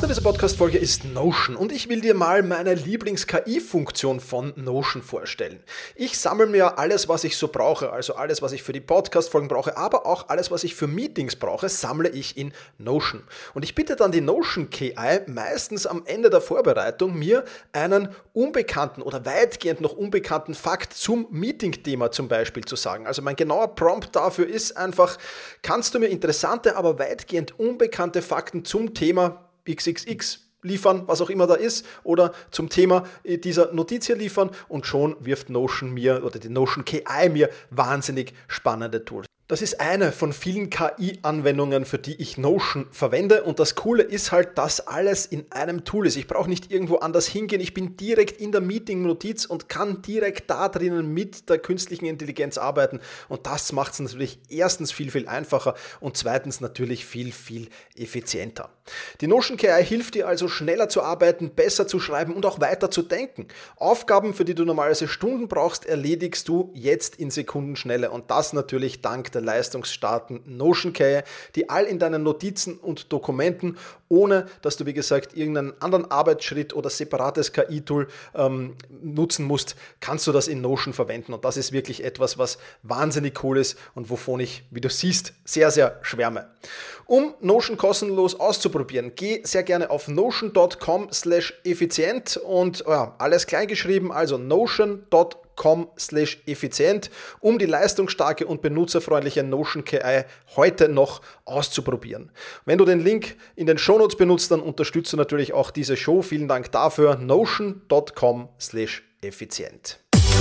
Partner dieser Podcast-Folge ist Notion und ich will dir mal meine Lieblings-KI-Funktion von Notion vorstellen. Ich sammle mir alles, was ich so brauche, also alles, was ich für die Podcast-Folgen brauche, aber auch alles, was ich für Meetings brauche, sammle ich in Notion. Und ich bitte dann die Notion KI meistens am Ende der Vorbereitung, mir einen unbekannten oder weitgehend noch unbekannten Fakt zum Meeting-Thema zum Beispiel zu sagen. Also mein genauer Prompt dafür ist einfach, kannst du mir interessante, aber weitgehend unbekannte Fakten zum Thema XXX liefern, was auch immer da ist, oder zum Thema dieser Notiz hier liefern, und schon wirft Notion mir oder die Notion KI mir wahnsinnig spannende Tools. Das ist eine von vielen KI-Anwendungen, für die ich Notion verwende, und das Coole ist halt, dass alles in einem Tool ist. Ich brauche nicht irgendwo anders hingehen, ich bin direkt in der Meeting-Notiz und kann direkt da drinnen mit der künstlichen Intelligenz arbeiten, und das macht es natürlich erstens viel, viel einfacher und zweitens natürlich viel, viel effizienter. Die Notion KI hilft dir also schneller zu arbeiten, besser zu schreiben und auch weiter zu denken. Aufgaben, für die du normalerweise Stunden brauchst, erledigst du jetzt in Sekundenschnelle, und das natürlich dank der leistungsstarken Notion KI, die all in deinen Notizen und Dokumenten, ohne dass du, wie gesagt, irgendeinen anderen Arbeitsschritt oder separates KI-Tool nutzen musst, kannst du das in Notion verwenden, und das ist wirklich etwas, was wahnsinnig cool ist und wovon ich, wie du siehst, sehr, sehr schwärme. Um Notion kostenlos auszuprobieren, geh sehr gerne auf notion.com/effizient und alles klein geschrieben, also notion.com/effizient, um die leistungsstarke und benutzerfreundliche Notion KI heute noch auszuprobieren. Wenn du den Link in den Shownotes benutzt, dann unterstützt du natürlich auch diese Show. Vielen Dank dafür. notion.com/effizient.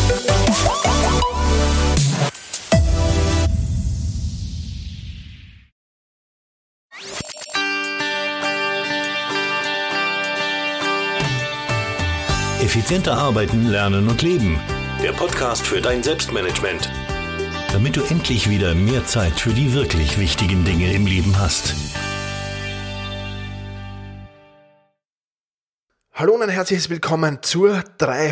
Effizienter arbeiten, lernen und leben. Der Podcast für dein Selbstmanagement. Damit du endlich wieder mehr Zeit für die wirklich wichtigen Dinge im Leben hast. Hallo und ein herzliches Willkommen zur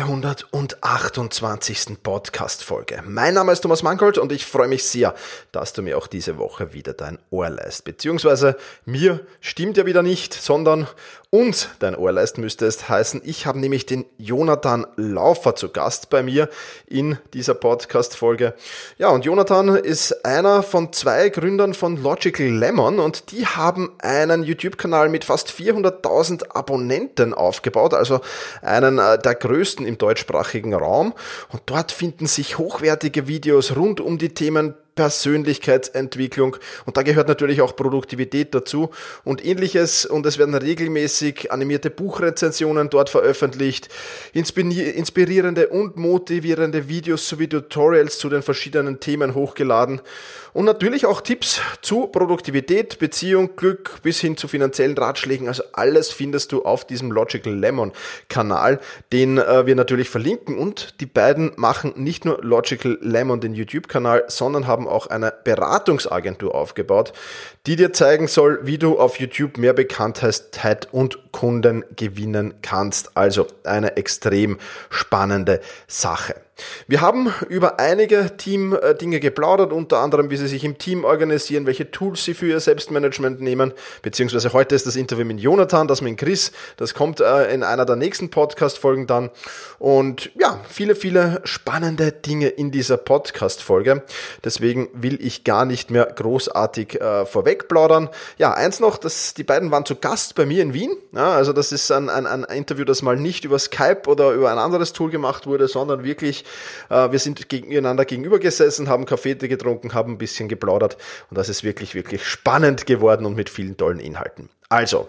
328. Podcast-Folge. Mein Name ist Thomas Mangold und ich freue mich sehr, dass du mir auch diese Woche wieder dein Ohr leist. Beziehungsweise mir stimmt ja wieder nicht, sondern uns dein Ohr leist müsste es heißen. Ich habe nämlich den Jonathan Laufer zu Gast bei mir in dieser Podcast-Folge. Ja, und Jonathan ist einer von 2 Gründern von Logical Lemon, und die haben einen YouTube-Kanal mit fast 400.000 Abonnenten aufgebaut, also einen der größten im deutschsprachigen Raum. Und dort finden sich hochwertige Videos rund um die Themen Persönlichkeitsentwicklung, und da gehört natürlich auch Produktivität dazu und ähnliches, und es werden regelmäßig animierte Buchrezensionen dort veröffentlicht, inspirierende und motivierende Videos sowie Tutorials zu den verschiedenen Themen hochgeladen und natürlich auch Tipps zu Produktivität, Beziehung, Glück bis hin zu finanziellen Ratschlägen. Also alles findest du auf diesem Logical Lemon Kanal, den wir natürlich verlinken, und die beiden machen nicht nur Logical Lemon, den YouTube-Kanal, sondern haben auch eine Beratungsagentur aufgebaut, die dir zeigen soll, wie du auf YouTube mehr Bekanntheit und Kunden gewinnen kannst. Also eine extrem spannende Sache. Wir haben über einige Team-Dinge geplaudert, unter anderem, wie sie sich im Team organisieren, welche Tools sie für ihr Selbstmanagement nehmen, beziehungsweise heute ist das Interview mit Jonathan, das mit Chris, das kommt in einer der nächsten Podcast-Folgen dann, und ja, viele, viele spannende Dinge in dieser Podcast-Folge, deswegen will ich gar nicht mehr großartig vorweg plaudern. Ja, eins noch, die beiden waren zu Gast bei mir in Wien, ja, also das ist ein Interview, das mal nicht über Skype oder über ein anderes Tool gemacht wurde, sondern wirklich wir sind einander gegenüber gesessen, haben Kaffee getrunken, haben ein bisschen geplaudert, und das ist wirklich, wirklich spannend geworden und mit vielen tollen Inhalten. Also,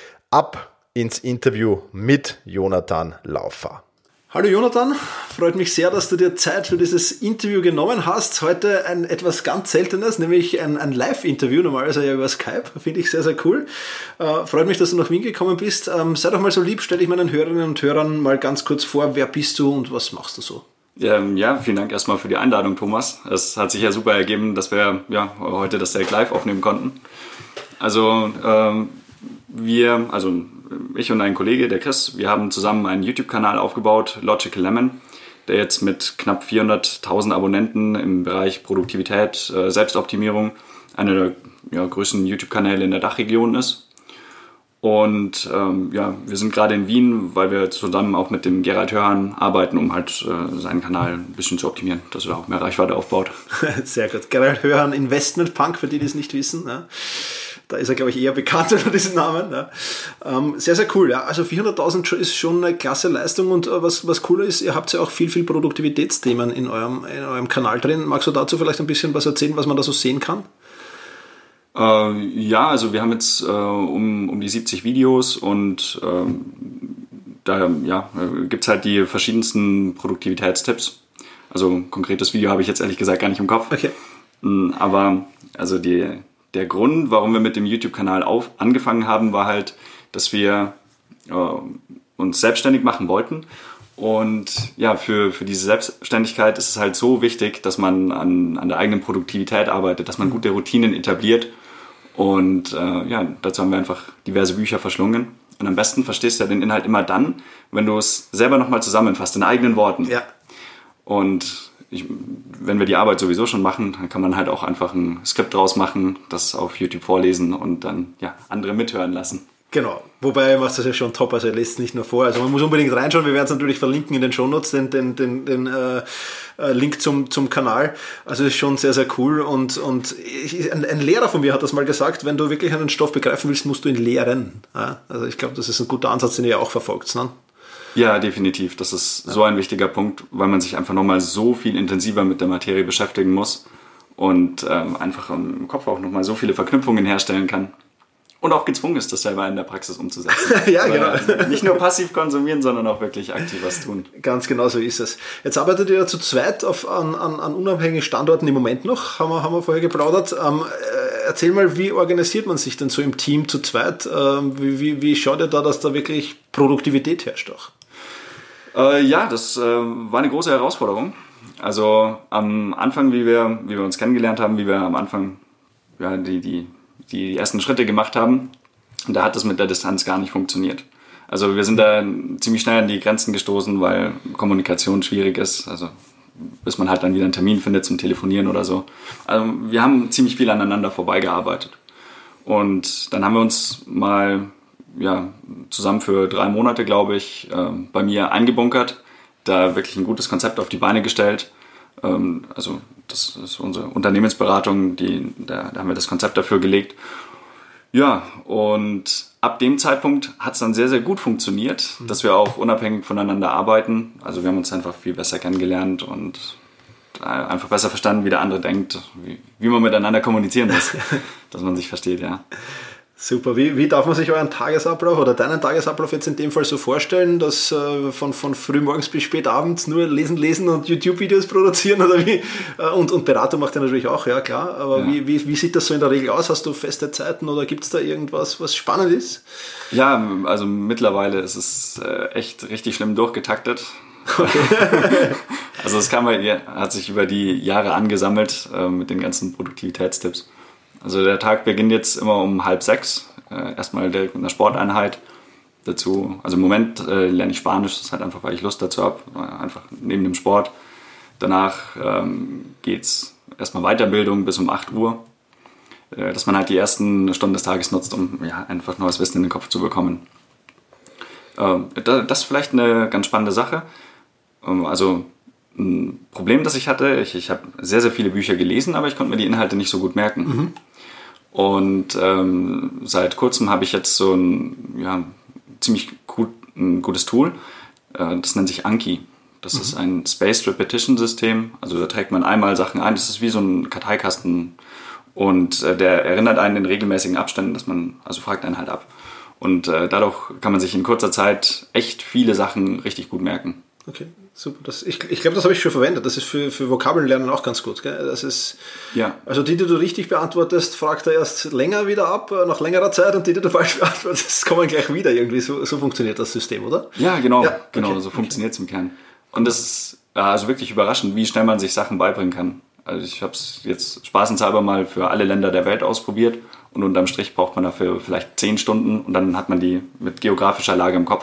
ab ins Interview mit Jonathan Laufer. Hallo Jonathan, freut mich sehr, dass du dir Zeit für dieses Interview genommen hast. Heute ein etwas ganz Seltenes, nämlich ein Live-Interview, normalerweise ja über Skype, finde ich sehr, sehr cool. Freut mich, dass du nach Wien gekommen bist. Sei doch mal so lieb, stell dich meinen Hörerinnen und Hörern mal ganz kurz vor, wer bist du und was machst du so? Ja, vielen Dank erstmal für die Einladung, Thomas. Es hat sich ja super ergeben, dass wir heute das direkt live aufnehmen konnten. Also ich und ein Kollege, der Chris, wir haben zusammen einen YouTube-Kanal aufgebaut, Logical Lemon, der jetzt mit knapp 400.000 Abonnenten im Bereich Produktivität, Selbstoptimierung einer der größten YouTube-Kanäle in der Dachregion ist. Und wir sind gerade in Wien, weil wir zusammen auch mit dem Gerald Hörhan arbeiten, um halt seinen Kanal ein bisschen zu optimieren, dass er da auch mehr Reichweite aufbaut. Sehr gut. Gerald Hörhan, Investment Punk, für die es nicht wissen. Ja. Da ist er, glaube ich, eher bekannt unter diesem Namen. Ja. Sehr, sehr cool. Ja. Also 400.000 ist schon eine klasse Leistung und was cooler ist, ihr habt ja auch viel Produktivitätsthemen in eurem Kanal drin. Magst du dazu vielleicht ein bisschen was erzählen, was man da so sehen kann? Also wir haben jetzt um die 70 Videos und da gibt es halt die verschiedensten Produktivitätstipps. Also ein konkretes Video habe ich jetzt ehrlich gesagt gar nicht im Kopf. Okay. Aber also der Grund, warum wir mit dem YouTube-Kanal angefangen haben, war halt, dass wir uns selbstständig machen wollten. Und ja, für diese Selbstständigkeit ist es halt so wichtig, dass man an der eigenen Produktivität arbeitet, dass man gute Routinen etabliert. Und dazu haben wir einfach diverse Bücher verschlungen. Und am besten verstehst du ja den Inhalt immer dann, wenn du es selber nochmal zusammenfasst, in eigenen Worten. Ja. Und wenn wir die Arbeit sowieso schon machen, dann kann man halt auch einfach ein Skript draus machen, das auf YouTube vorlesen und dann andere mithören lassen. Genau, wobei er macht das ja schon top, also er lässt es nicht nur vor, also man muss unbedingt reinschauen, wir werden es natürlich verlinken in den Shownotes, den Link zum Kanal, also ist schon sehr, sehr cool und ein Lehrer von mir hat das mal gesagt, wenn du wirklich einen Stoff begreifen willst, musst du ihn lehren, ja? Also ich glaube, das ist ein guter Ansatz, den ihr auch verfolgt, ne? Ja, definitiv, das ist so ein wichtiger Punkt, weil man sich einfach nochmal so viel intensiver mit der Materie beschäftigen muss und einfach im Kopf auch nochmal so viele Verknüpfungen herstellen kann. Und auch gezwungen ist, das selber in der Praxis umzusetzen. Ja, genau. Nicht nur passiv konsumieren, sondern auch wirklich aktiv was tun. Ganz genau so ist es. Jetzt arbeitet ihr ja zu zweit an unabhängigen Standorten im Moment noch, haben wir vorher geplaudert. Erzähl mal, wie organisiert man sich denn so im Team zu zweit? Wie schaut ihr da, dass da wirklich Produktivität herrscht auch? Das war eine große Herausforderung. Also am Anfang, wie wir uns kennengelernt haben, wie wir am Anfang die ersten Schritte gemacht haben, da hat das mit der Distanz gar nicht funktioniert. Also wir sind da ziemlich schnell an die Grenzen gestoßen, weil Kommunikation schwierig ist, also bis man halt dann wieder einen Termin findet zum Telefonieren oder so. Also wir haben ziemlich viel aneinander vorbeigearbeitet. Und dann haben wir uns mal zusammen für 3 Monate, glaube ich, bei mir eingebunkert, da wirklich ein gutes Konzept auf die Beine gestellt. Also das ist unsere Unternehmensberatung, da haben wir das Konzept dafür gelegt. Ja, und ab dem Zeitpunkt hat es dann sehr, sehr gut funktioniert, dass wir auch unabhängig voneinander arbeiten. Also wir haben uns einfach viel besser kennengelernt und einfach besser verstanden, wie der andere denkt, wie man miteinander kommunizieren muss, dass man sich versteht, ja. Super. Wie darf man sich euren Tagesablauf oder deinen Tagesablauf jetzt in dem Fall so vorstellen, dass von früh morgens bis spät abends nur lesen und YouTube-Videos produzieren oder wie? Und Beratung macht ihr natürlich auch, ja klar. Aber ja. Wie sieht das so in der Regel aus? Hast du feste Zeiten oder gibt es da irgendwas, was spannend ist? Ja, also mittlerweile ist es echt richtig schlimm durchgetaktet. Okay. Also das hat sich über die Jahre angesammelt mit den ganzen Produktivitätstipps. Also der Tag beginnt jetzt immer um 5:30, erstmal direkt mit einer Sporteinheit. Dazu, also im Moment lerne ich Spanisch, das ist halt einfach, weil ich Lust dazu habe, einfach neben dem Sport. Danach geht es erstmal Weiterbildung bis um 8 Uhr, dass man halt die ersten Stunden des Tages nutzt, um einfach neues Wissen in den Kopf zu bekommen. Das ist vielleicht eine ganz spannende Sache. Also ein Problem, das ich hatte, ich habe sehr, sehr viele Bücher gelesen, aber ich konnte mir die Inhalte nicht so gut merken. Mhm. Und seit kurzem habe ich jetzt so ein ziemlich ein gutes Tool, das nennt sich Anki. Das ist ein Spaced Repetition System, also da trägt man einmal Sachen ein, das ist wie so ein Karteikasten und der erinnert einen in regelmäßigen Abständen, dass man, also fragt einen halt ab. Und dadurch kann man sich in kurzer Zeit echt viele Sachen richtig gut merken. Okay, super. Ich glaube, das habe ich schon verwendet. Das ist für Vokabellernen auch ganz gut. Gell? Das ist, also die du richtig beantwortest, fragt er erst länger wieder ab, nach längerer Zeit, und die du falsch beantwortest, kommen gleich wieder irgendwie. So funktioniert das System, oder? Ja, genau. Ja, okay. So funktioniert es im Kern. Und das ist also wirklich überraschend, wie schnell man sich Sachen beibringen kann. Also ich habe es jetzt spaßenshalber mal für alle Länder der Welt ausprobiert und unterm Strich braucht man dafür vielleicht 10 Stunden und dann hat man die mit geografischer Lage im Kopf.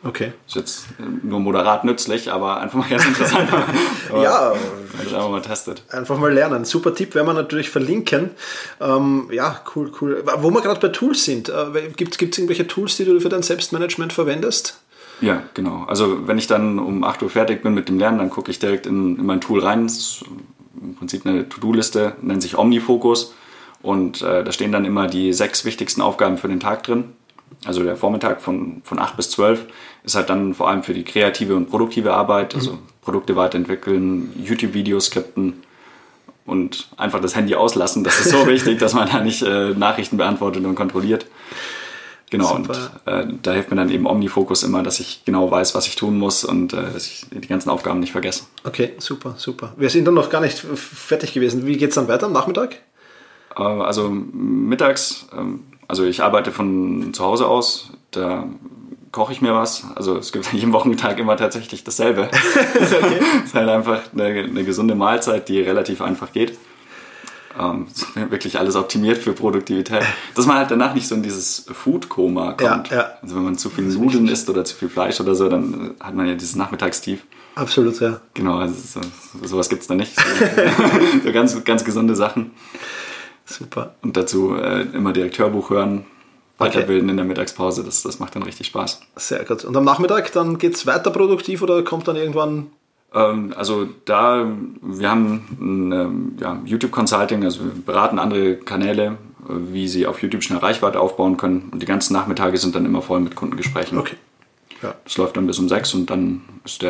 Okay. Ist jetzt nur moderat nützlich, aber einfach mal ganz interessant. Ja, wenn man einfach mal testet. Einfach mal lernen. Super Tipp, werden wir natürlich verlinken. Ja, cool. Wo wir gerade bei Tools sind, gibt es irgendwelche Tools, die du für dein Selbstmanagement verwendest? Ja, genau. Also wenn ich dann um 8 Uhr fertig bin mit dem Lernen, dann gucke ich direkt in mein Tool rein. Das ist im Prinzip eine To-Do-Liste, nennt sich OmniFocus. Und da stehen dann immer die 6 wichtigsten Aufgaben für den Tag drin. Also der Vormittag von 8 bis 12 ist halt dann vor allem für die kreative und produktive Arbeit, also Produkte weiterentwickeln, YouTube-Videos skripten und einfach das Handy auslassen. Das ist so wichtig, dass man da nicht Nachrichten beantwortet und kontrolliert. Genau, super. Und da hilft mir dann eben OmniFocus immer, dass ich genau weiß, was ich tun muss und dass ich die ganzen Aufgaben nicht vergesse. Okay, super. Wir sind dann noch gar nicht fertig gewesen. Wie geht es dann weiter am Nachmittag? Also mittags, also ich arbeite von zu Hause aus, da koche ich mir was. Also es gibt jeden Wochentag immer tatsächlich dasselbe. Das ist halt einfach eine gesunde Mahlzeit, die relativ einfach geht. Wirklich alles optimiert für Produktivität. Dass man halt danach nicht so in dieses Food-Koma kommt. Ja. Also wenn man zu viel Nudeln isst oder zu viel Fleisch oder so, dann hat man ja dieses Nachmittagstief. Absolut, ja. Genau, also sowas gibt es da nicht. So ganz, ganz gesunde Sachen. Super. Und dazu immer direkt Hörbuch hören, weiterbilden in der Mittagspause, das macht dann richtig Spaß. Sehr gut. Und am Nachmittag, dann geht es weiter produktiv oder kommt dann irgendwann... Also wir haben ein YouTube-Consulting, also wir beraten andere Kanäle, wie sie auf YouTube schnell Reichweite aufbauen können und die ganzen Nachmittage sind dann immer voll mit Kundengesprächen. Okay. Ja. Das läuft dann bis um 6 und dann ist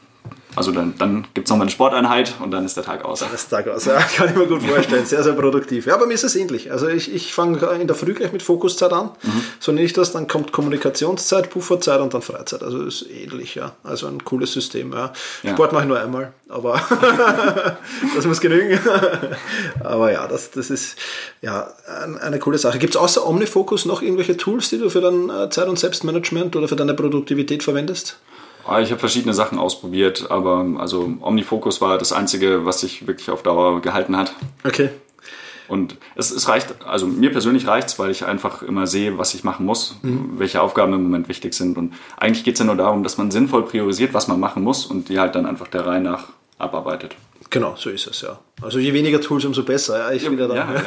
dann gibt es nochmal eine Sporteinheit und dann ist der Tag aus. Dann ist der Tag aus, ja, kann ich mir gut vorstellen. Sehr, sehr produktiv. Ja, bei mir ist es ähnlich. Also ich fange in der Früh gleich mit Fokuszeit an. So nenne ich das, dann kommt Kommunikationszeit, Pufferzeit und dann Freizeit. Also ist ähnlich, ja. Also ein cooles System, ja. Sport mache ich nur einmal, aber das muss genügen. Aber ja, das ist ja eine coole Sache. Gibt es außer OmniFocus noch irgendwelche Tools, die du für dein Zeit- und Selbstmanagement oder für deine Produktivität verwendest? Ich habe verschiedene Sachen ausprobiert, aber also OmniFocus war das Einzige, was sich wirklich auf Dauer gehalten hat. Okay. Und es reicht, also mir persönlich reicht es, weil ich einfach immer sehe, was ich machen muss, welche Aufgaben im Moment wichtig sind. Und eigentlich geht es ja nur darum, dass man sinnvoll priorisiert, was man machen muss und die halt dann einfach der Reihe nach abarbeitet. Genau, so ist es, ja. Also je weniger Tools, umso besser. Ja, ich bin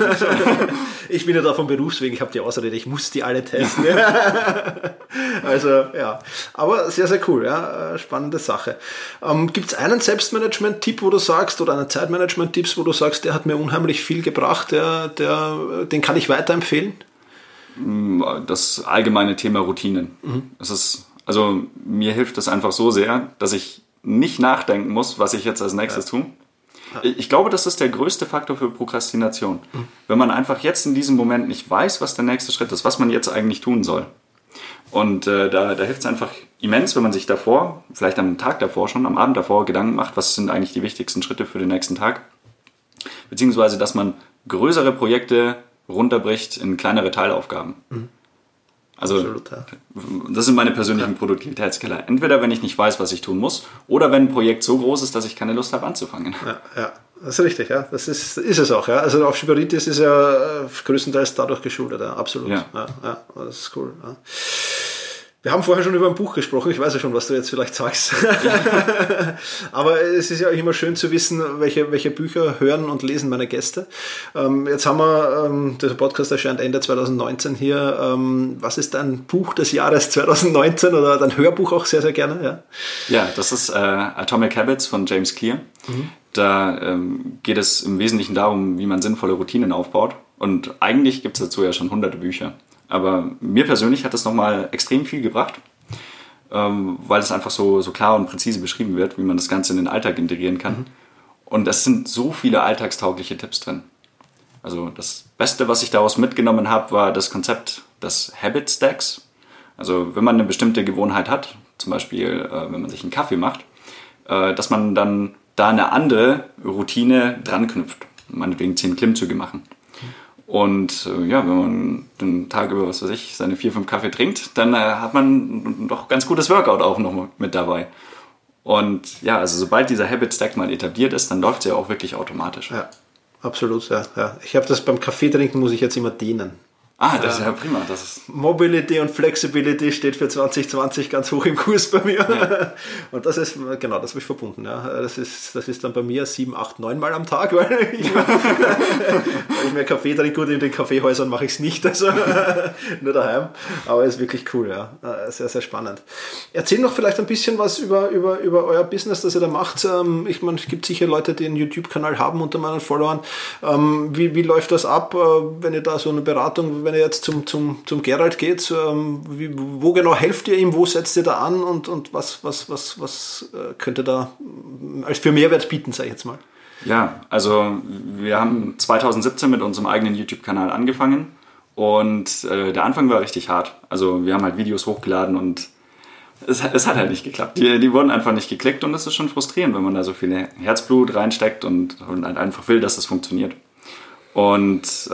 ja da vom Berufswegen, ich habe die Ausrede, ich muss die alle testen. Also, ja. Aber sehr, sehr cool, ja. Spannende Sache. Gibt es einen Selbstmanagement-Tipp, wo du sagst, oder einen Zeitmanagement-Tipps, wo du sagst, der hat mir unheimlich viel gebracht, den kann ich weiterempfehlen? Das allgemeine Thema Routinen. Also mir hilft das einfach so sehr, dass ich nicht nachdenken muss, was ich jetzt als nächstes tue. Ich glaube, das ist der größte Faktor für Prokrastination. Wenn man einfach jetzt in diesem Moment nicht weiß, was der nächste Schritt ist, was man jetzt eigentlich tun soll. Und da hilft es einfach immens, wenn man sich davor, vielleicht am Tag davor schon, am Abend davor Gedanken macht, was sind eigentlich die wichtigsten Schritte für den nächsten Tag. Beziehungsweise, dass man größere Projekte runterbricht in kleinere Teilaufgaben. Also absolut, ja. Das sind meine persönlichen Produktivitätskiller. Entweder wenn ich nicht weiß, was ich tun muss, oder wenn ein Projekt so groß ist, dass ich keine Lust habe anzufangen. Ja, das ist richtig, ja. Das ist es auch, ja. Also Aufschieberitis ist ja größtenteils dadurch geschuldet, ja. Absolut. Ja, das ist cool. Ja. Wir haben vorher schon über ein Buch gesprochen, ich weiß ja schon, was du jetzt vielleicht sagst. Aber es ist ja auch immer schön zu wissen, welche Bücher hören und lesen meine Gäste. Jetzt haben wir, der Podcast erscheint Ende 2019 hier. Was ist dein Buch des Jahres 2019 oder dein Hörbuch auch sehr, sehr gerne? Ja, das ist Atomic Habits von James Clear. Da geht es im Wesentlichen darum, wie man sinnvolle Routinen aufbaut. Und eigentlich gibt es dazu ja schon hunderte Bücher. Aber mir persönlich hat das nochmal extrem viel gebracht, weil es einfach so klar und präzise beschrieben wird, wie man das Ganze in den Alltag integrieren kann. Und es sind so viele alltagstaugliche Tipps drin. Also das Beste, was ich daraus mitgenommen habe, war das Konzept des Habit Stacks. Also wenn man eine bestimmte Gewohnheit hat, zum Beispiel wenn man sich einen Kaffee macht, dass man dann da eine andere Routine dran knüpft. Meinetwegen 10 Klimmzüge machen. Und wenn man den Tag über, seine 4-5 Kaffee trinkt, dann hat man doch ganz gutes Workout auch noch mit dabei. Und ja, also sobald dieser Habit Stack mal etabliert ist, dann läuft es ja auch wirklich automatisch. Ja, absolut, ja. Ich habe das beim Kaffee trinken, muss ich jetzt immer dehnen. Das ist ja prima. Das ist Mobility und Flexibility steht für 2020 ganz hoch im Kurs bei mir. Ja. Und das ist, genau, das habe ich verbunden. Ja. Das ist dann bei mir 7, 8, 9 Mal am Tag, weil ich mehr Kaffee trinke. Gut, in den Kaffeehäusern mache ich es nicht, also nur daheim. Aber es ist wirklich cool, ja. Sehr, sehr spannend. Erzähl noch vielleicht ein bisschen was über euer Business, das ihr da macht. Ich meine, es gibt sicher Leute, die einen YouTube-Kanal haben unter meinen Followern. Wie läuft das ab, wenn ihr da so eine Beratung, wenn ihr jetzt zum Gerald geht, wo genau helft ihr ihm, wo setzt ihr da an und was könnt ihr da als für Mehrwert bieten, sage ich jetzt mal? Ja, also wir haben 2017 mit unserem eigenen YouTube-Kanal angefangen und der Anfang war richtig hart. Also wir haben halt Videos hochgeladen und es hat halt nicht geklappt. Die wurden einfach nicht geklickt und das ist schon frustrierend, wenn man da so viel Herzblut reinsteckt und halt einfach will, dass das funktioniert. Und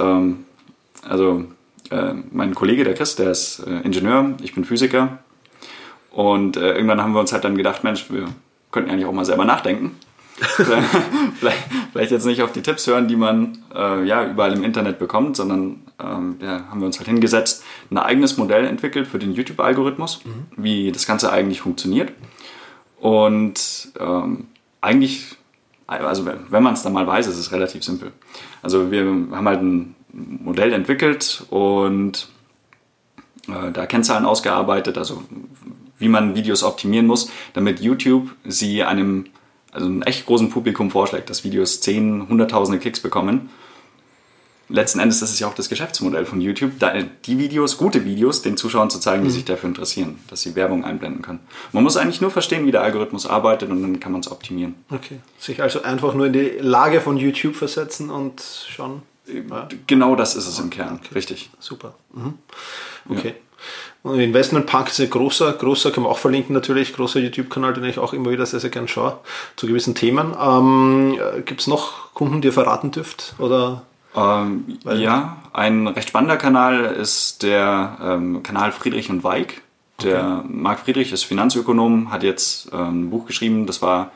mein Kollege, der Chris, der ist Ingenieur, ich bin Physiker. Und irgendwann haben wir uns halt dann gedacht, Mensch, wir könnten eigentlich auch mal selber nachdenken. vielleicht jetzt nicht auf die Tipps hören, die man überall im Internet bekommt, sondern haben wir uns halt hingesetzt, ein eigenes Modell entwickelt für den YouTube-Algorithmus, wie das Ganze eigentlich funktioniert. Und eigentlich, also wenn man es dann mal weiß, ist es relativ simpel. Also wir haben halt ein Modell entwickelt und da Kennzahlen ausgearbeitet, also wie man Videos optimieren muss, damit YouTube sie einem echt großen Publikum vorschlägt, dass Videos 10, 100.000 Klicks bekommen. Letzten Endes ist es ja auch das Geschäftsmodell von YouTube, die Videos, gute Videos, den Zuschauern zu zeigen, die sich dafür interessieren, dass sie Werbung einblenden können. Man muss eigentlich nur verstehen, wie der Algorithmus arbeitet und dann kann man es optimieren. Okay, sich also einfach nur in die Lage von YouTube versetzen und schauen. Ja. Genau das ist es im Kern, okay. Richtig. Super. Okay. Ja. Und Investment Punk ist ein großer, kann man auch verlinken natürlich, großer YouTube-Kanal, den ich auch immer wieder sehr, sehr gern schaue, zu gewissen Themen. Gibt es noch Kunden, die ihr verraten dürft? Oder? Ja, ein recht spannender Kanal ist der Kanal Friedrich und Weig. Der Marc Friedrich ist Finanzökonom, hat jetzt ein Buch geschrieben, er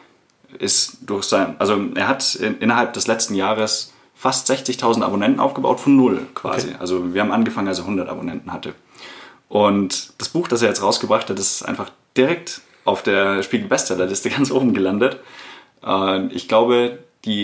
hat innerhalb des letzten Jahres fast 60.000 Abonnenten aufgebaut, von 0 quasi. Okay. Also wir haben angefangen, als er 100 Abonnenten hatte. Und das Buch, das er jetzt rausgebracht hat, ist einfach direkt auf der Spiegel-Bestsellerliste ganz oben gelandet. Ich glaube,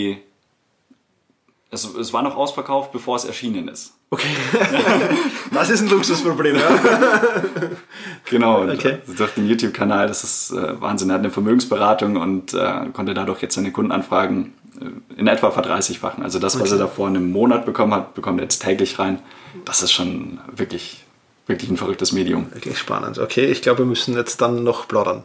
es war noch ausverkauft, bevor es erschienen ist. Okay, das ist ein Luxusproblem, ja. Genau, und okay. Durch den YouTube-Kanal, das ist Wahnsinn. Er hat eine Vermögensberatung und konnte dadurch jetzt seine Kundenanfragen in etwa verdreißigfachen. Also das, was er davor in einem Monat bekommen hat, bekommt er jetzt täglich rein. Das ist schon wirklich ein verrücktes Medium. Wirklich spannend. Okay, ich glaube, wir müssen jetzt dann noch plaudern.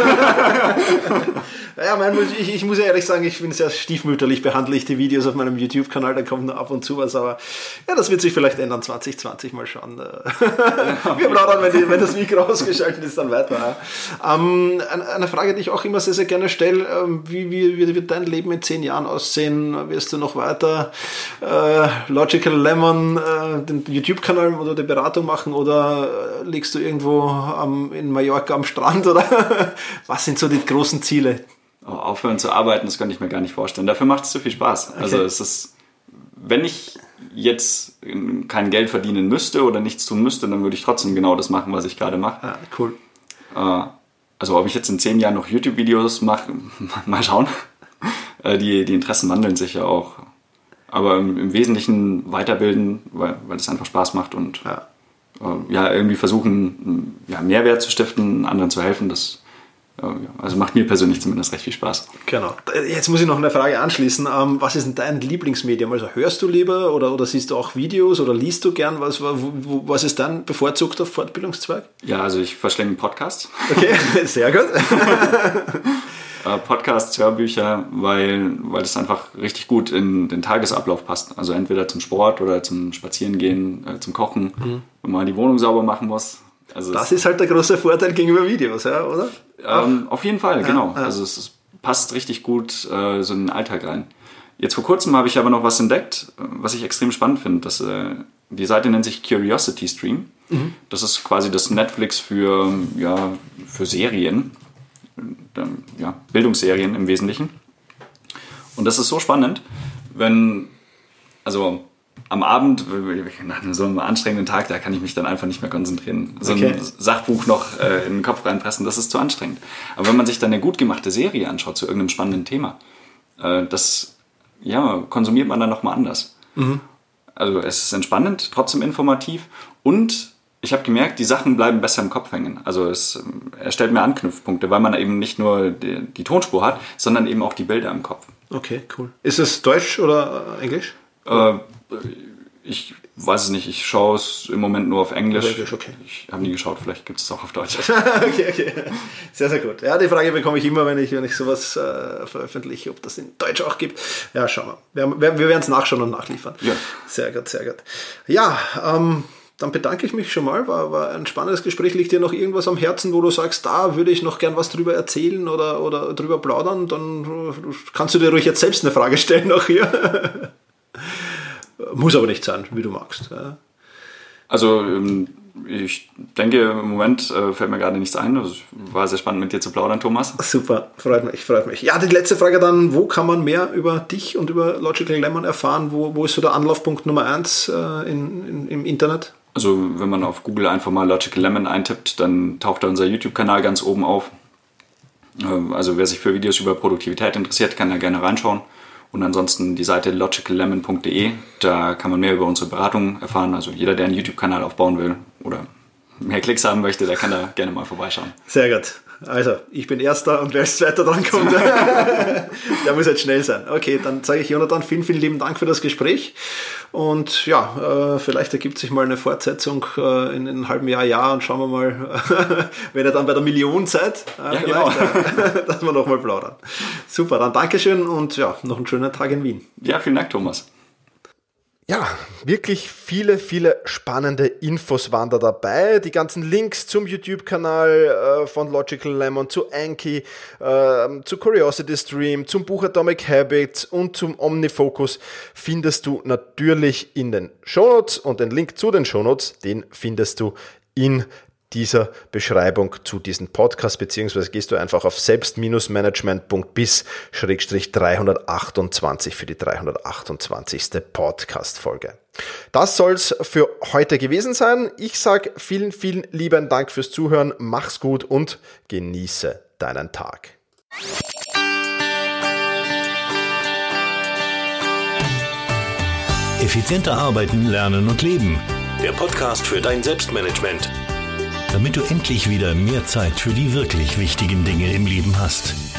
Ja, ich muss ja ehrlich sagen, ich bin sehr stiefmütterlich, behandle ich die Videos auf meinem YouTube-Kanal, da kommt nur ab und zu was, aber ja, das wird sich vielleicht ändern, 2020 mal schauen. Wir plaudern, wenn das Mikro ausgeschaltet ist, dann weiter. Eine Frage, die ich auch immer sehr, sehr gerne stelle, wie wird dein Leben in 10 Jahren aussehen? Wirst du noch weiter Logical Lemon, den YouTube-Kanal oder die Beratung machen oder liegst du irgendwo in Mallorca am Strand oder was sind so die großen Ziele? Aufhören zu arbeiten, das könnte ich mir gar nicht vorstellen. Dafür macht es zu viel Spaß. Okay. Also es ist, wenn ich jetzt kein Geld verdienen müsste oder nichts tun müsste, dann würde ich trotzdem genau das machen, was ich gerade mache. Ja, cool. Also ob ich jetzt in 10 Jahren noch YouTube-Videos mache, mal schauen. Die Interessen wandeln sich ja auch. Aber im Wesentlichen weiterbilden, weil es einfach Spaß macht und irgendwie versuchen, Mehrwert zu stiften, anderen zu helfen, das also macht mir persönlich zumindest recht viel Spaß. Genau. Jetzt muss ich noch eine Frage anschließen. Was ist denn dein Lieblingsmedium? Also hörst du lieber oder siehst du auch Videos oder liest du gern? Was ist dein bevorzugter Fortbildungszweig? Ja, also ich verschlänge Podcasts. Okay, sehr gut. Podcasts, Hörbücher, weil es einfach richtig gut in den Tagesablauf passt. Also entweder zum Sport oder zum Spazierengehen, zum Kochen, wenn man die Wohnung sauber machen muss. Also das ist halt der große Vorteil gegenüber Videos, ja, oder? Auf jeden Fall, genau. Ja. Also es passt richtig gut so in den Alltag rein. Jetzt vor kurzem habe ich aber noch was entdeckt, was ich extrem spannend finde. Die Seite nennt sich Curiosity Stream. Das ist quasi das Netflix für Serien, Bildungsserien im Wesentlichen. Und das ist so spannend, am am Abend, nach so einem anstrengenden Tag, da kann ich mich dann einfach nicht mehr konzentrieren. So ein Sachbuch noch in den Kopf reinpressen, das ist zu anstrengend. Aber wenn man sich dann eine gut gemachte Serie anschaut zu irgendeinem spannenden Thema, das konsumiert man dann nochmal anders. Also es ist entspannend, trotzdem informativ und ich habe gemerkt, die Sachen bleiben besser im Kopf hängen. Also er stellt mir Anknüpfpunkte, weil man eben nicht nur die Tonspur hat, sondern eben auch die Bilder im Kopf. Okay, cool. Ist es Deutsch oder Englisch? Ich weiß es nicht. Ich schaue es im Moment nur auf Englisch. Okay. Ich habe nie geschaut. Vielleicht gibt es es auch auf Deutsch. Okay. Sehr, sehr gut. Ja, die Frage bekomme ich immer, wenn ich sowas veröffentliche, ob das in Deutsch auch gibt. Ja, schauen wir. Wir werden es nachschauen und nachliefern. Ja. Sehr gut. Ja, dann bedanke ich mich schon mal. War ein spannendes Gespräch. Liegt dir noch irgendwas am Herzen, wo du sagst, da würde ich noch gern was drüber erzählen oder drüber plaudern? Dann kannst du dir ruhig jetzt selbst eine Frage stellen noch hier. Muss aber nicht sein, wie du magst. Ja. Also ich denke, im Moment fällt mir gerade nichts ein. Also, war sehr spannend mit dir zu plaudern, Thomas. Super, freut mich. Ja, die letzte Frage dann, wo kann man mehr über dich und über Logical Lemon erfahren? Wo ist so der Anlaufpunkt Nummer 1 im Internet? Also wenn man auf Google einfach mal Logical Lemon eintippt, dann taucht da unser YouTube-Kanal ganz oben auf. Also wer sich für Videos über Produktivität interessiert, kann da gerne reinschauen. Und ansonsten die Seite logicallemon.de, da kann man mehr über unsere Beratung erfahren. Also jeder, der einen YouTube-Kanal aufbauen will oder mehr Klicks haben möchte, der kann da gerne mal vorbeischauen. Sehr gut. Also, ich bin Erster und wer als Zweiter dran kommt, der muss jetzt schnell sein. Okay, dann sage ich Jonathan, vielen, vielen lieben Dank für das Gespräch. Und ja, vielleicht ergibt sich mal eine Fortsetzung in einem halben Jahr und schauen wir mal, wenn ihr dann bei der Million seid, genau. dass wir nochmal plaudern. Super, dann Dankeschön und ja, noch einen schönen Tag in Wien. Ja, vielen Dank, Thomas. Ja, wirklich viele spannende Infos waren da dabei. Die ganzen Links zum YouTube-Kanal von Logical Lemon, zu Anki, zu Curiosity Stream, zum Buch Atomic Habits und zum OmniFocus findest du natürlich in den Shownotes und den Link zu den Shownotes, den findest du in dieser Beschreibung zu diesem Podcast, beziehungsweise gehst du einfach auf selbst-management.bis/328 für die 328. Podcast-Folge. Das soll's für heute gewesen sein. Ich sage vielen, vielen lieben Dank fürs Zuhören. Mach's gut und genieße deinen Tag. Effizienter arbeiten, lernen und leben. Der Podcast für dein Selbstmanagement. Damit du endlich wieder mehr Zeit für die wirklich wichtigen Dinge im Leben hast.